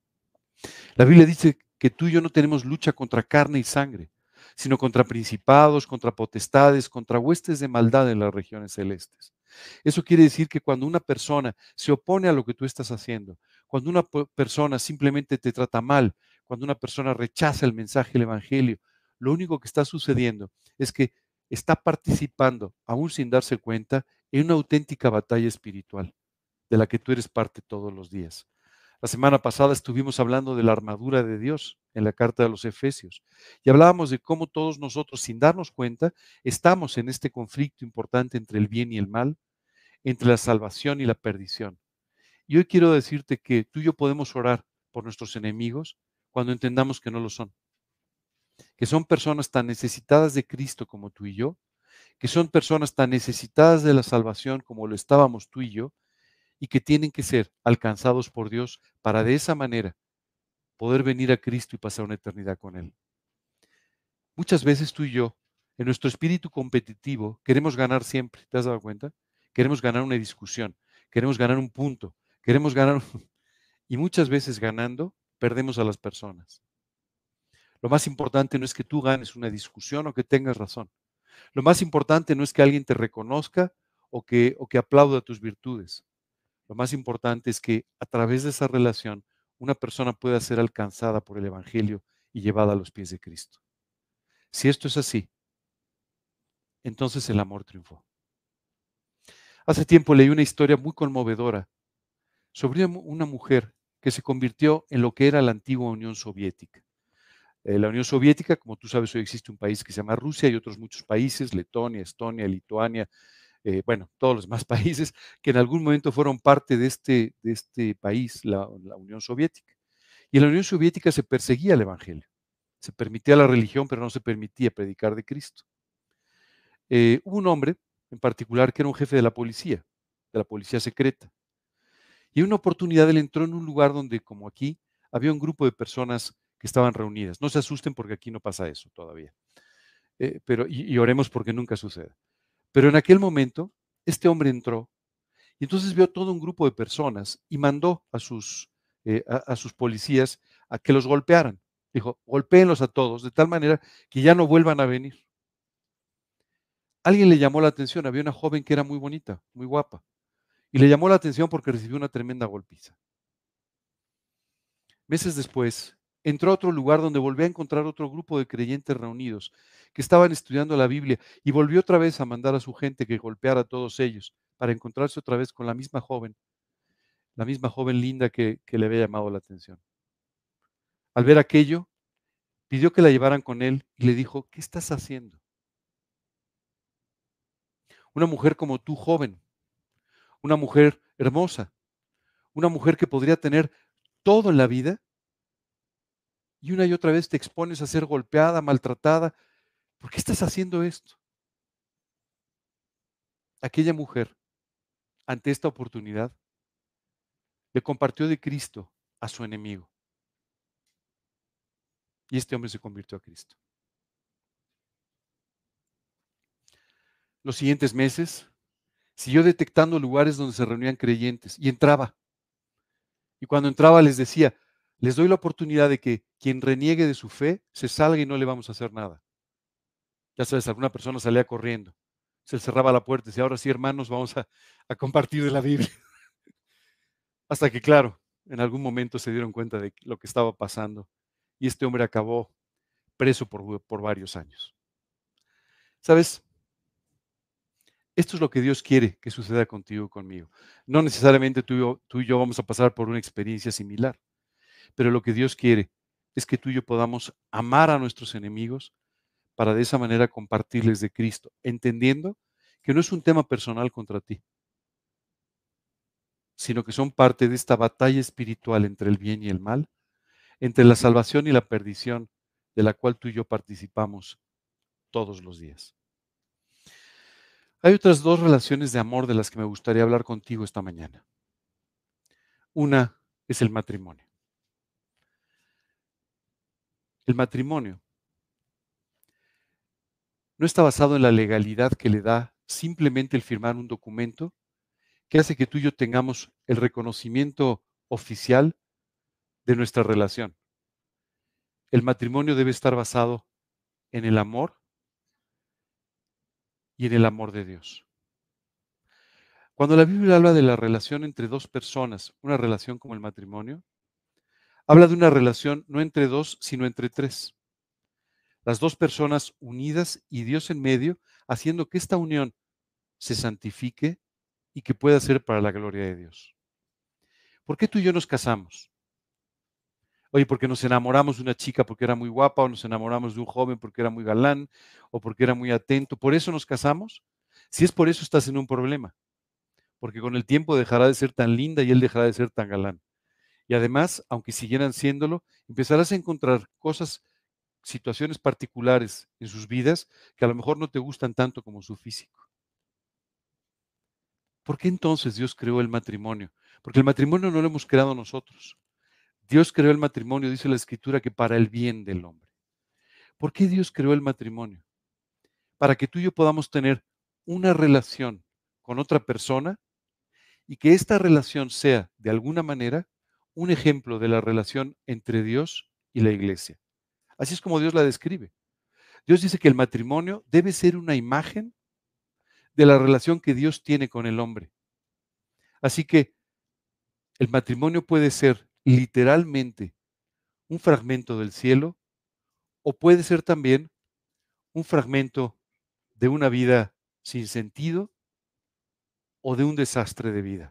S1: La Biblia dice que tú y yo no tenemos lucha contra carne y sangre, sino contra principados, contra potestades, contra huestes de maldad en las regiones celestes. Eso quiere decir que cuando una persona se opone a lo que tú estás haciendo, cuando una po- persona simplemente te trata mal, cuando una persona rechaza el mensaje del Evangelio, lo único que está sucediendo es que está participando, aún sin darse cuenta, en una auténtica batalla espiritual de la que tú eres parte todos los días. La semana pasada estuvimos hablando de la armadura de Dios en la carta de los Efesios y hablábamos de cómo todos nosotros, sin darnos cuenta, estamos en este conflicto importante entre el bien y el mal, entre la salvación y la perdición. Y hoy quiero decirte que tú y yo podemos orar por nuestros enemigos cuando entendamos que no lo son, que son personas tan necesitadas de Cristo como tú y yo, que son personas tan necesitadas de la salvación como lo estábamos tú y yo, y que tienen que ser alcanzados por Dios para de esa manera poder venir a Cristo y pasar una eternidad con Él. Muchas veces tú y yo, en nuestro espíritu competitivo, queremos ganar siempre. ¿Te has dado cuenta? Queremos ganar una discusión, queremos ganar un punto, queremos ganar... un- Y muchas veces ganando, perdemos a las personas. Lo más importante no es que tú ganes una discusión o que tengas razón. Lo más importante no es que alguien te reconozca o que, o que aplauda tus virtudes. Lo más importante es que a través de esa relación una persona pueda ser alcanzada por el Evangelio y llevada a los pies de Cristo. Si esto es así, entonces el amor triunfó. Hace tiempo leí una historia muy conmovedora sobre una una mujer que se convirtió en lo que era la antigua Unión Soviética. Eh, la Unión Soviética, como tú sabes, hoy existe un país que se llama Rusia y otros muchos países, Letonia, Estonia, Lituania, eh, bueno, todos los demás países que en algún momento fueron parte de este, de este país, la, la Unión Soviética. Y en la Unión Soviética se perseguía el Evangelio. Se permitía la religión, pero no se permitía predicar de Cristo. Eh, hubo un hombre en particular que era un jefe de la policía, de la policía secreta. Y en una oportunidad él entró en un lugar donde, como aquí, había un grupo de personas que estaban reunidas. No se asusten porque aquí no pasa eso todavía. Eh, pero, y, y oremos porque nunca suceda. Pero en aquel momento, este hombre entró y entonces vio todo un grupo de personas y mandó a sus, eh, a, a sus policías a que los golpearan. Dijo, golpéenlos a todos de tal manera que ya no vuelvan a venir. Alguien le llamó la atención, había una joven que era muy bonita, muy guapa, y le llamó la atención porque recibió una tremenda golpiza. Meses después, entró a otro lugar donde volvió a encontrar otro grupo de creyentes reunidos que estaban estudiando la Biblia y volvió otra vez a mandar a su gente que golpeara a todos ellos para encontrarse otra vez con la misma joven, la misma joven linda que, que le había llamado la atención. Al ver aquello, pidió que la llevaran con él y le dijo, ¿qué estás haciendo? Una mujer como tú, joven, una mujer hermosa, una mujer que podría tener todo en la vida y una y otra vez te expones a ser golpeada, maltratada. ¿Por qué estás haciendo esto? Aquella mujer, ante esta oportunidad, le compartió de Cristo a su enemigo y este hombre se convirtió a Cristo. Los siguientes meses siguió detectando lugares donde se reunían creyentes y entraba. Y cuando entraba les decía, les doy la oportunidad de que quien reniegue de su fe se salga y no le vamos a hacer nada. Ya sabes, alguna persona salía corriendo, se cerraba la puerta y decía, ahora sí, hermanos, vamos a, a compartir de la Biblia. Hasta que, claro, en algún momento se dieron cuenta de lo que estaba pasando y este hombre acabó preso por, por varios años. ¿Sabes? Esto es lo que Dios quiere que suceda contigo y conmigo. No necesariamente tú y, yo, tú y yo vamos a pasar por una experiencia similar, pero lo que Dios quiere es que tú y yo podamos amar a nuestros enemigos para de esa manera compartirles de Cristo, entendiendo que no es un tema personal contra ti, sino que son parte de esta batalla espiritual entre el bien y el mal, entre la salvación y la perdición, de la cual tú y yo participamos todos los días. Hay otras dos relaciones de amor de las que me gustaría hablar contigo esta mañana. Una es el matrimonio. El matrimonio no está basado en la legalidad que le da simplemente el firmar un documento que hace que tú y yo tengamos el reconocimiento oficial de nuestra relación. El matrimonio debe estar basado en el amor y en el amor de Dios. Cuando la Biblia habla de la relación entre dos personas, una relación como el matrimonio, habla de una relación no entre dos, sino entre tres. Las dos personas unidas y Dios en medio, haciendo que esta unión se santifique y que pueda ser para la gloria de Dios. ¿Por qué tú y yo nos casamos? Oye, porque nos enamoramos de una chica porque era muy guapa, o nos enamoramos de un joven porque era muy galán, o porque era muy atento. ¿Por eso nos casamos? Si es por eso, estás en un problema, porque con el tiempo dejará de ser tan linda y él dejará de ser tan galán. Y además, aunque siguieran siéndolo, empezarás a encontrar cosas, situaciones particulares en sus vidas que a lo mejor no te gustan tanto como su físico. ¿Por qué entonces Dios creó el matrimonio? Porque el matrimonio no lo hemos creado nosotros. Dios creó el matrimonio, dice la Escritura, que para el bien del hombre. ¿Por qué Dios creó el matrimonio? Para que tú y yo podamos tener una relación con otra persona y que esta relación sea, de alguna manera, un ejemplo de la relación entre Dios y la iglesia. Así es como Dios la describe. Dios dice que el matrimonio debe ser una imagen de la relación que Dios tiene con el hombre. Así que el matrimonio puede ser literalmente un fragmento del cielo o puede ser también un fragmento de una vida sin sentido o de un desastre de vida.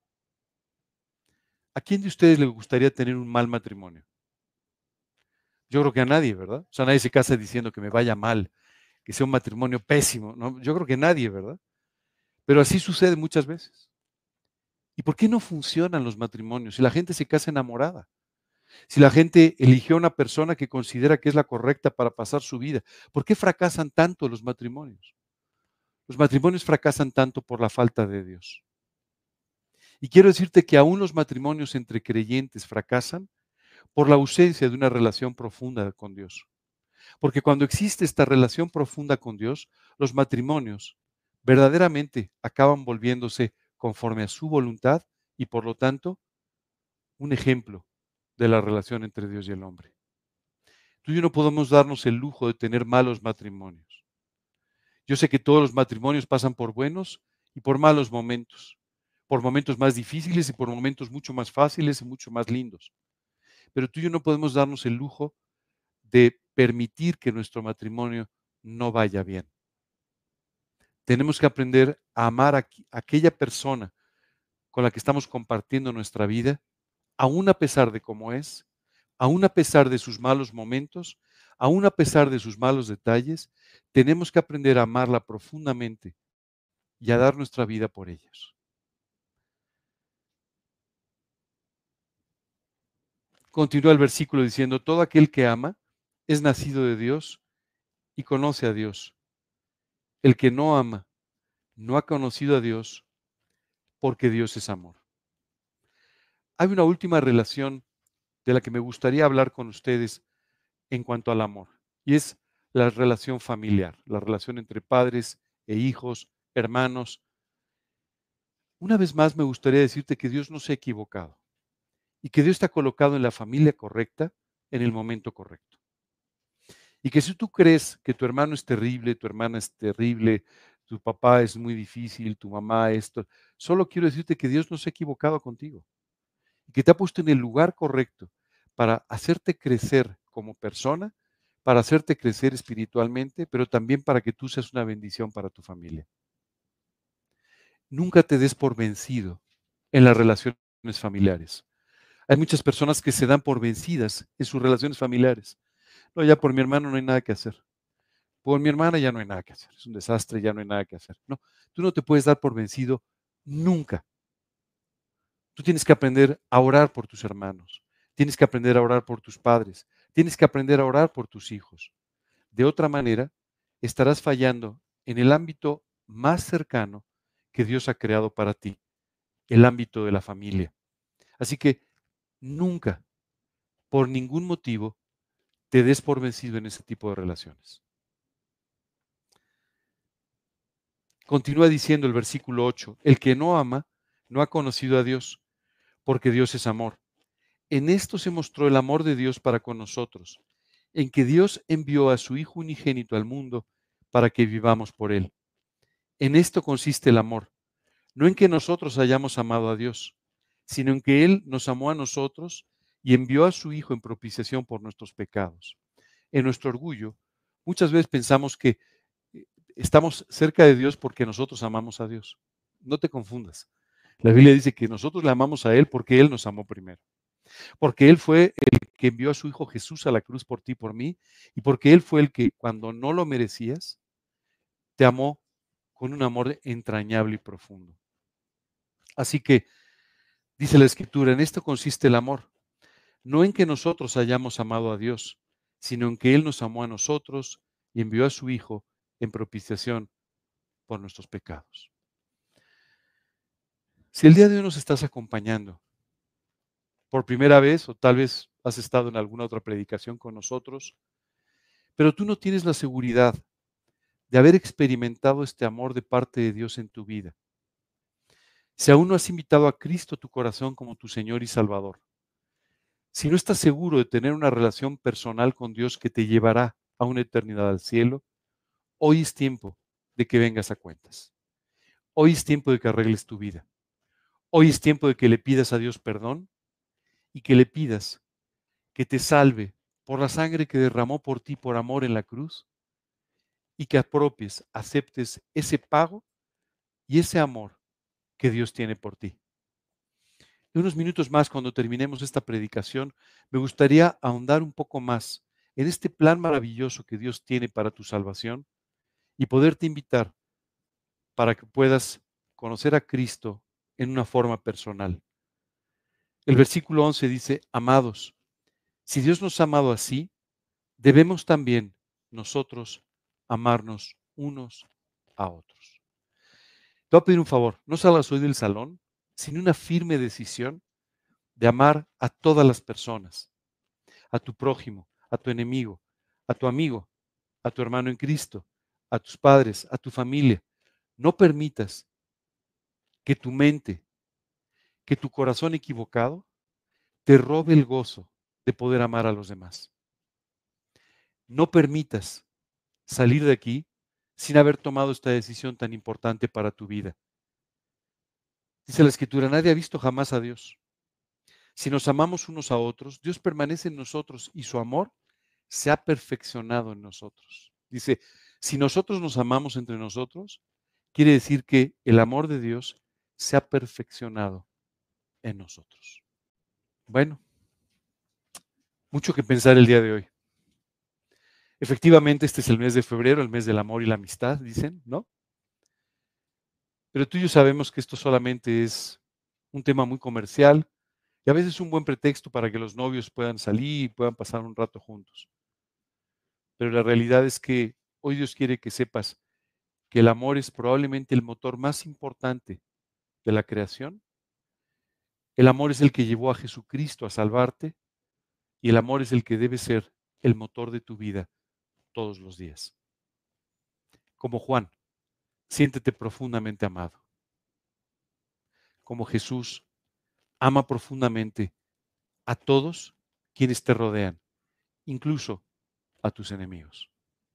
S1: ¿A quién de ustedes le gustaría tener un mal matrimonio? Yo creo que a nadie, ¿verdad? O sea, nadie se casa diciendo que me vaya mal, que sea un matrimonio pésimo, ¿no? Yo creo que nadie, ¿verdad? Pero así sucede muchas veces. ¿Y por qué no funcionan los matrimonios si la gente se casa enamorada? Si la gente eligió a una persona que considera que es la correcta para pasar su vida, ¿por qué fracasan tanto los matrimonios? Los matrimonios fracasan tanto por la falta de Dios. Y quiero decirte que aún los matrimonios entre creyentes fracasan por la ausencia de una relación profunda con Dios. Porque cuando existe esta relación profunda con Dios, los matrimonios verdaderamente acaban volviéndose conforme a su voluntad y por lo tanto un ejemplo de la relación entre Dios y el hombre. Tú y yo no podemos darnos el lujo de tener malos matrimonios. Yo sé que todos los matrimonios pasan por buenos y por malos momentos, por momentos más difíciles y por momentos mucho más fáciles y mucho más lindos. Pero tú y yo no podemos darnos el lujo de permitir que nuestro matrimonio no vaya bien. Tenemos que aprender a amar a aquella persona con la que estamos compartiendo nuestra vida, aún a pesar de cómo es, aún a pesar de sus malos momentos, aún a pesar de sus malos detalles, tenemos que aprender a amarla profundamente y a dar nuestra vida por ellos. Continúa el versículo diciendo, todo aquel que ama es nacido de Dios y conoce a Dios. El que no ama no ha conocido a Dios porque Dios es amor. Hay una última relación de la que me gustaría hablar con ustedes en cuanto al amor, y es la relación familiar, la relación entre padres e hijos, hermanos. Una vez más me gustaría decirte que Dios no se ha equivocado y que Dios te ha colocado en la familia correcta en el momento correcto. Y que si tú crees que tu hermano es terrible, tu hermana es terrible, tu papá es muy difícil, tu mamá esto, solo quiero decirte que Dios no se ha equivocado contigo. que te ha puesto en el lugar correcto para hacerte crecer como persona, para hacerte crecer espiritualmente, pero también para que tú seas una bendición para tu familia. Nunca te des por vencido en las relaciones familiares. Hay muchas personas que se dan por vencidas en sus relaciones familiares. No, ya por mi hermano no hay nada que hacer. Por mi hermana ya no hay nada que hacer. Es un desastre, ya no hay nada que hacer. No, tú no te puedes dar por vencido nunca. Tú tienes que aprender a orar por tus hermanos. Tienes que aprender a orar por tus padres. Tienes que aprender a orar por tus hijos. De otra manera, estarás fallando en el ámbito más cercano que Dios ha creado para ti, el ámbito de la familia. Así que nunca, por ningún motivo, te des por vencido en ese tipo de relaciones. Continúa diciendo el versículo ocho, el que no ama no ha conocido a Dios, porque Dios es amor. En esto se mostró el amor de Dios para con nosotros, en que Dios envió a su Hijo unigénito al mundo para que vivamos por él. En esto consiste el amor, no en que nosotros hayamos amado a Dios, sino en que Él nos amó a nosotros y envió a su Hijo en propiciación por nuestros pecados. En nuestro orgullo, muchas veces pensamos que eh, estamos cerca de Dios porque nosotros amamos a Dios. No te confundas. La Biblia dice que nosotros le amamos a Él porque Él nos amó primero. Porque Él fue el que envió a su Hijo Jesús a la cruz por ti y por mí, y porque Él fue el que, cuando no lo merecías, te amó con un amor entrañable y profundo. Así que, dice la Escritura, en esto consiste el amor, no en que nosotros hayamos amado a Dios, sino en que Él nos amó a nosotros y envió a su Hijo en propiciación por nuestros pecados. Si el día de hoy nos estás acompañando por primera vez, o tal vez has estado en alguna otra predicación con nosotros, pero tú no tienes la seguridad de haber experimentado este amor de parte de Dios en tu vida, si aún no has invitado a Cristo a tu corazón como tu Señor y Salvador, si no estás seguro de tener una relación personal con Dios que te llevará a una eternidad al cielo, hoy es tiempo de que vengas a cuentas. Hoy es tiempo de que arregles tu vida. Hoy es tiempo de que le pidas a Dios perdón y que le pidas que te salve por la sangre que derramó por ti por amor en la cruz y que apropies, aceptes ese pago y ese amor que Dios tiene por ti. En unos minutos más, cuando terminemos esta predicación, me gustaría ahondar un poco más en este plan maravilloso que Dios tiene para tu salvación y poderte invitar para que puedas conocer a Cristo en una forma personal. El versículo once dice, amados, si Dios nos ha amado así, debemos también nosotros amarnos unos a otros. Te voy a pedir un favor, no salgas hoy del salón sin una firme decisión de amar a todas las personas, a tu prójimo, a tu enemigo, a tu amigo, a tu hermano en Cristo, a tus padres, a tu familia. No permitas que tu mente, que tu corazón equivocado te robe el gozo de poder amar a los demás. No permitas salir de aquí sin haber tomado esta decisión tan importante para tu vida. Dice la Escritura, nadie ha visto jamás a Dios. Si nos amamos unos a otros, Dios permanece en nosotros y su amor se ha perfeccionado en nosotros. Dice, si nosotros nos amamos entre nosotros, quiere decir que el amor de Dios se ha perfeccionado en nosotros. Bueno, mucho que pensar el día de hoy. Efectivamente, este es el mes de febrero, el mes del amor y la amistad, dicen, ¿no? Pero tú y yo sabemos que esto solamente es un tema muy comercial y a veces un buen pretexto para que los novios puedan salir y puedan pasar un rato juntos. Pero la realidad es que hoy Dios quiere que sepas que el amor es probablemente el motor más importante de la creación. El amor es el que llevó a Jesucristo a salvarte y el amor es el que debe ser el motor de tu vida todos los días. Como Juan, siéntete profundamente amado. Como Jesús, ama profundamente a todos quienes te rodean, incluso a tus enemigos.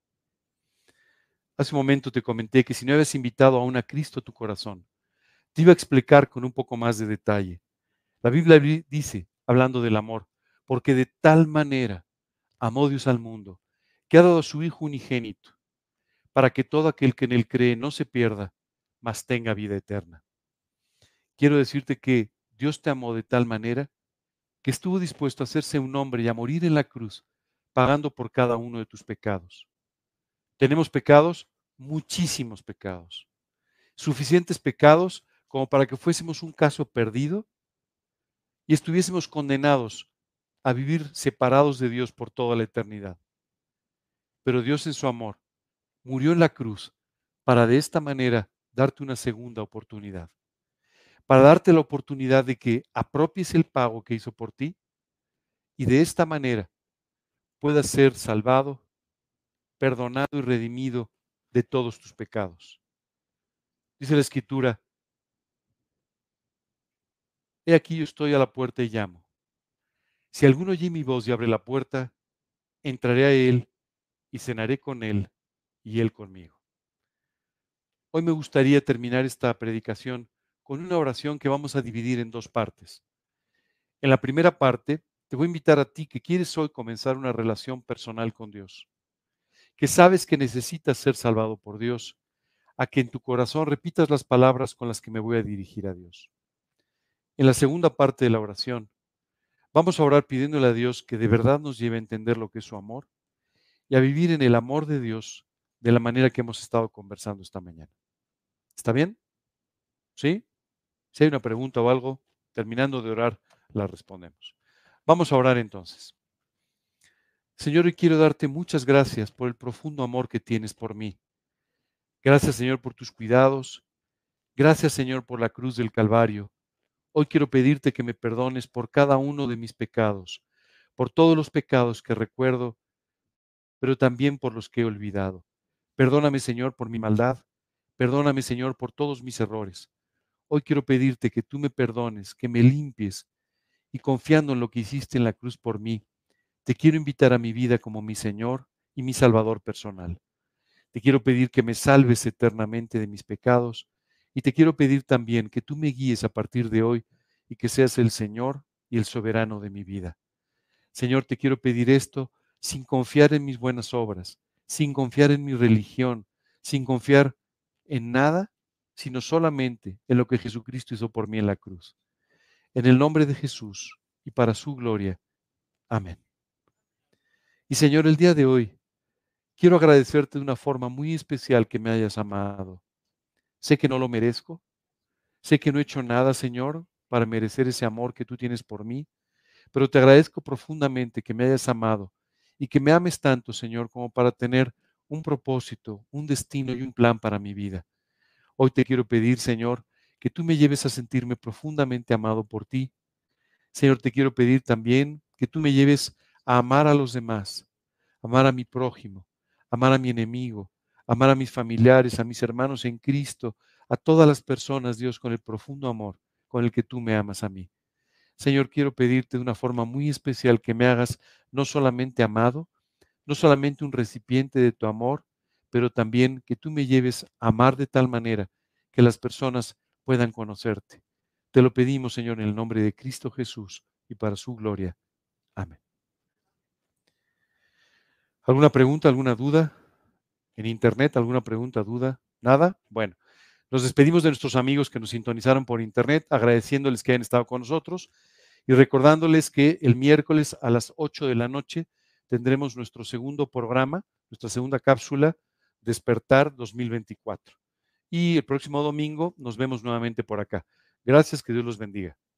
S1: Hace un momento te comenté que si no habías invitado aún a Cristo a tu corazón, te iba a explicar con un poco más de detalle La Biblia di- dice, hablando del amor, porque de tal manera amó Dios al mundo, que ha dado a su Hijo unigénito, para que todo aquel que en él cree no se pierda, mas tenga vida eterna. Quiero decirte que Dios te amó de tal manera que estuvo dispuesto a hacerse un hombre y a morir en la cruz, pagando por cada uno de tus pecados. ¿Tenemos pecados? Muchísimos pecados. Suficientes pecados como para que fuésemos un caso perdido y estuviésemos condenados a vivir separados de Dios por toda la eternidad. Pero Dios en su amor murió en la cruz para de esta manera darte una segunda oportunidad, para darte la oportunidad de que apropies el pago que hizo por ti y de esta manera puedas ser salvado, perdonado y redimido de todos tus pecados. Dice la Escritura, he aquí yo estoy a la puerta y llamo. Si alguno oye mi voz y abre la puerta, entraré a él y cenaré con él y él conmigo. Hoy me gustaría terminar esta predicación con una oración que vamos a dividir en dos partes. En la primera parte, te voy a invitar a ti que quieres hoy comenzar una relación personal con Dios, que sabes que necesitas ser salvado por Dios, a que en tu corazón repitas las palabras con las que me voy a dirigir a Dios. En la segunda parte de la oración, vamos a orar pidiéndole a Dios que de verdad nos lleve a entender lo que es su amor y a vivir en el amor de Dios de la manera que hemos estado conversando esta mañana. ¿Está bien? ¿Sí? Si hay una pregunta o algo, terminando de orar, la respondemos. Vamos a orar entonces. Señor, y quiero darte muchas gracias por el profundo amor que tienes por mí. Gracias, Señor, por tus cuidados. Gracias, Señor, por la cruz del Calvario. Hoy quiero pedirte que me perdones por cada uno de mis pecados, por todos los pecados que recuerdo, pero también por los que he olvidado. Perdóname, Señor, por mi maldad. Perdóname, Señor, por todos mis errores. Hoy quiero pedirte que tú me perdones, que me limpies y confiando en lo que hiciste en la cruz por mí, te quiero invitar a mi vida como mi Señor y mi Salvador personal. Te quiero pedir que me salves eternamente de mis pecados y te quiero pedir también que tú me guíes a partir de hoy y que seas el Señor y el soberano de mi vida. Señor, te quiero pedir esto sin confiar en mis buenas obras, sin confiar en mi religión, sin confiar en nada, sino solamente en lo que Jesucristo hizo por mí en la cruz. En el nombre de Jesús y para su gloria. Amén. Y Señor, el día de hoy quiero agradecerte de una forma muy especial que me hayas amado. Sé que no lo merezco, sé que no he hecho nada, Señor, para merecer ese amor que tú tienes por mí, pero te agradezco profundamente que me hayas amado y que me ames tanto, Señor, como para tener un propósito, un destino y un plan para mi vida. Hoy te quiero pedir, Señor, que tú me lleves a sentirme profundamente amado por ti. Señor, te quiero pedir también que tú me lleves a amar a los demás, amar a mi prójimo, amar a mi enemigo, amar a mis familiares, a mis hermanos en Cristo, a todas las personas, Dios, con el profundo amor con el que tú me amas a mí. Señor, quiero pedirte de una forma muy especial que me hagas no solamente amado, no solamente un recipiente de tu amor, pero también que tú me lleves a amar de tal manera que las personas puedan conocerte. Te lo pedimos, Señor, en el nombre de Cristo Jesús y para su gloria. Amén. ¿Alguna pregunta, alguna duda? ¿En internet alguna pregunta, duda? ¿Nada? Bueno, nos despedimos de nuestros amigos que nos sintonizaron por internet, agradeciéndoles que hayan estado con nosotros y recordándoles que el miércoles a las ocho de la noche tendremos nuestro segundo programa, nuestra segunda cápsula, Despertar dos mil veinticuatro. Y el próximo domingo nos vemos nuevamente por acá. Gracias, que Dios los bendiga.